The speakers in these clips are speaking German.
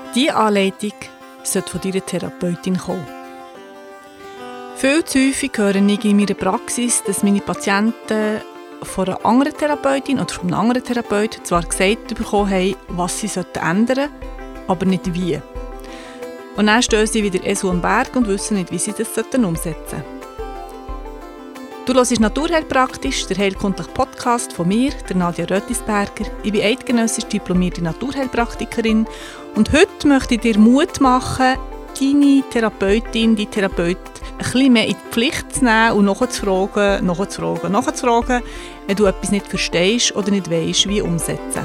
Diese Anleitung sollte von deiner Therapeutin kommen. Viel zu häufig höre ich in meiner Praxis, dass meine Patienten von einer anderen Therapeutin oder von einem anderen Therapeut zwar gesagt bekommen haben, was sie ändern sollten, aber nicht wie. Und dann stehen sie wieder Esel am Berg und wissen nicht, wie sie das umsetzen sollten. Du hörst «Naturheilpraktisch», der heilkundliche Podcast von mir, der Nadja Rötlisberger. Ich bin eidgenössisch diplomierte Naturheilpraktikerin und heute möchte ich dir Mut machen, deine Therapeutin, deinen Therapeut ein bisschen mehr in die Pflicht zu nehmen und nachzufragen, wenn du etwas nicht verstehst oder nicht weisst, wie umsetzen.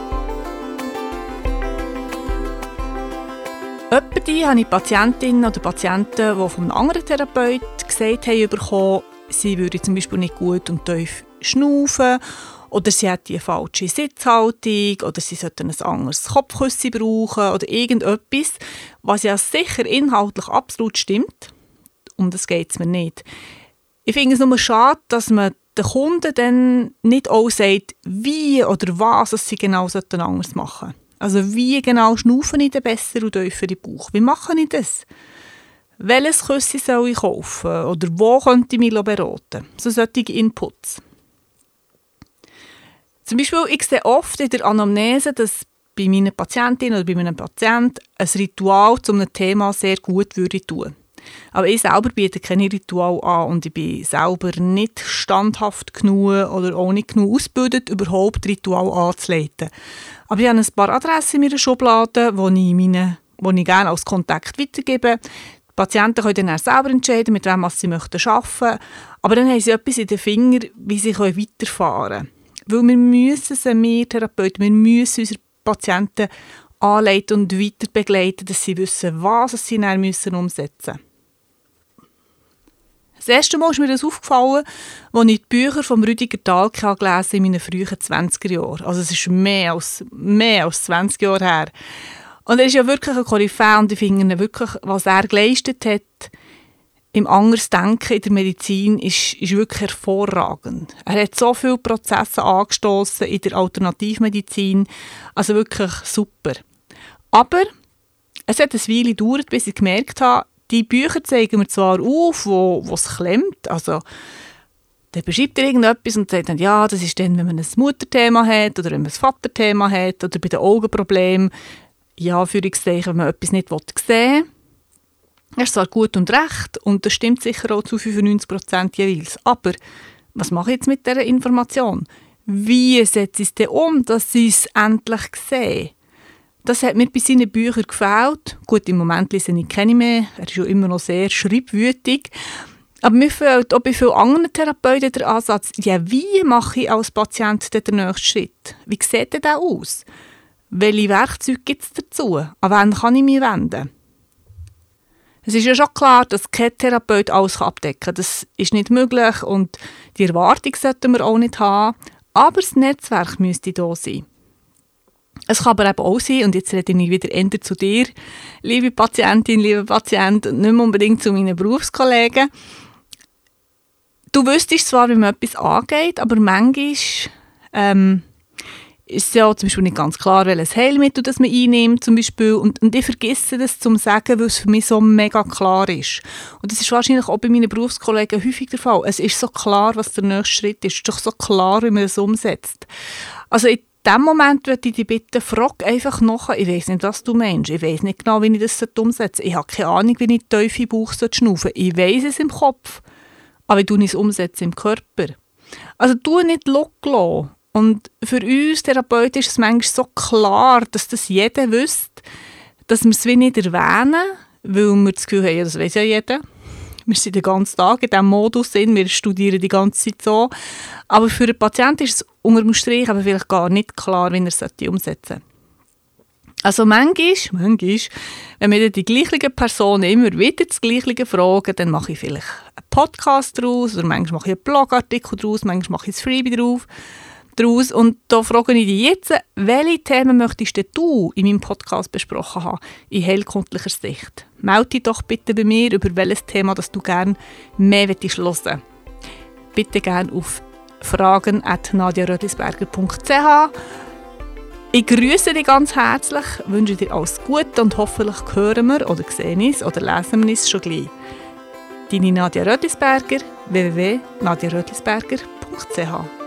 Etwa habe ich Patientinnen oder Patienten, die von einem anderen Therapeut gesagt haben, sie würden zum Beispiel nicht gut und tief schnaufen oder sie hätten eine falsche Sitzhaltung oder sie sollten ein anderes Kopfkissen brauchen oder irgendetwas, was ja sicher inhaltlich absolut stimmt. Um das geht es mir nicht. Ich finde es nur schade, dass man den Kunden dann nicht auch sagt, wie oder was sie genau anders machen sollten. Also wie genau schnaufen ich denn besser und tiefer in den Bauch? Wie mache ich das? Welches Kissen soll ich kaufen? Oder wo könnte ich mich beraten? So solche Inputs. Zum Beispiel, ich sehe oft in der Anamnese, dass bei meiner Patientin oder bei meinem Patienten ein Ritual zu einem Thema sehr gut würde tun. Aber ich selber biete kein Ritual an und ich bin selber nicht standhaft genug oder auch nicht genug ausgebildet, überhaupt Ritual anzuleiten. Aber ich habe ein paar Adressen in meiner Schublade, die ich gerne als Kontakt weitergebe. Die Patienten können dann selber entscheiden, mit wem sie arbeiten möchten. Aber dann haben sie etwas in den Fingern, wie sie weiterfahren können. Weil wir Therapeuten, wir müssen unsere Patienten anleiten und weiter begleiten, dass sie wissen, was sie dann umsetzen müssen. Das erste Mal ist mir das aufgefallen, als ich die Bücher von Rüdiger Dahlke gelesen in meinen frühen 20er Jahren. Also es ist mehr als 20 Jahre her. Und er ist ja wirklich ein Koryphäe und ich finde wirklich, was er geleistet hat, im Andersdenken in der Medizin, ist wirklich hervorragend. Er hat so viele Prozesse angestoßen in der Alternativmedizin, also wirklich super. Aber es hat eine Weile gedauert, bis ich gemerkt habe, die Bücher zeigen mir zwar auf, wo es klemmt, also dann beschreibt er irgendetwas und sagt dann, ja, das ist dann, wenn man ein Mutterthema hat oder wenn man ein Vaterthema hat oder bei den Augenproblemen, ja, Anführungszeichen, wenn man etwas nicht sehen will. Er ist zwar gut und recht und das stimmt sicher auch zu 95% jeweils, aber was mache ich jetzt mit dieser Information? Wie setze ich es denn um, dass sie es endlich sehen? Das hat mir bei seinen Büchern gefällt. Gut, im Moment lese ich keine mehr. Er ist ja immer noch sehr schreibwütig. Aber mir fehlt auch bei vielen anderen Therapeuten der Ansatz, ja, wie mache ich als Patient den nächsten Schritt? Wie sieht der aus? Welche Werkzeuge gibt es dazu? An wen kann ich mich wenden? Es ist ja schon klar, dass kein Therapeut alles abdecken kann. Das ist nicht möglich und die Erwartung sollten wir auch nicht haben. Aber das Netzwerk müsste da sein. Es kann aber eben auch sein, und jetzt rede ich wieder eher zu dir, liebe Patientin, liebe Patient, und nicht mehr unbedingt zu meinen Berufskollegen. Du wüsstest zwar, wie man etwas angeht, aber manchmal ist es ja zum Beispiel nicht ganz klar, welches Heilmittel das man einnimmt zum Beispiel. Und ich vergesse das zu sagen, weil es für mich so mega klar ist. Und das ist wahrscheinlich auch bei meinen Berufskollegen häufig der Fall. Es ist so klar, was der nächste Schritt ist. Es ist doch so klar, wie man es umsetzt. Also in diesem Moment würde ich dich bitten, frag einfach nach. Ich weiss nicht, was du meinst. Ich weiss nicht genau, wie ich das umsetzen soll. Ich habe keine Ahnung, wie ich tief in den Bauch schnaufen soll. Ich weiss es im Kopf, aber ich es umsetze im Körper. Also tu nicht loslassen. Und für uns Therapeuten ist es manchmal so klar, dass das jeder wüsste, dass wir es wie nicht erwähnen, weil wir das Gefühl haben, ja, das weiss ja jeder. Wir sind den ganzen Tag in diesem Modus, wir studieren die ganze Zeit so. Aber für den Patienten ist es unter dem Strich aber vielleicht gar nicht klar, wie er es umsetzen sollte. Also manchmal, wenn wir die gleichen Personen immer wieder das Gleiche fragen, dann mache ich vielleicht einen Podcast daraus oder manchmal mache ich einen Blogartikel daraus, manchmal mache ich ein Freebie daraus. Und da frage ich dich jetzt, welche Themen möchtest du in meinem Podcast besprochen haben, in heilkundlicher Sicht? Melde dich doch bitte bei mir, über welches Thema das du gerne mehr hören möchtest. Bitte gerne auf fragen@nadiarötlisberger.ch Ich grüße dich ganz herzlich, wünsche dir alles Gute und hoffentlich hören wir oder sehen uns oder lesen wir uns schon gleich. Deine Nadja Rötlisberger, www.nadjarötlisberger.ch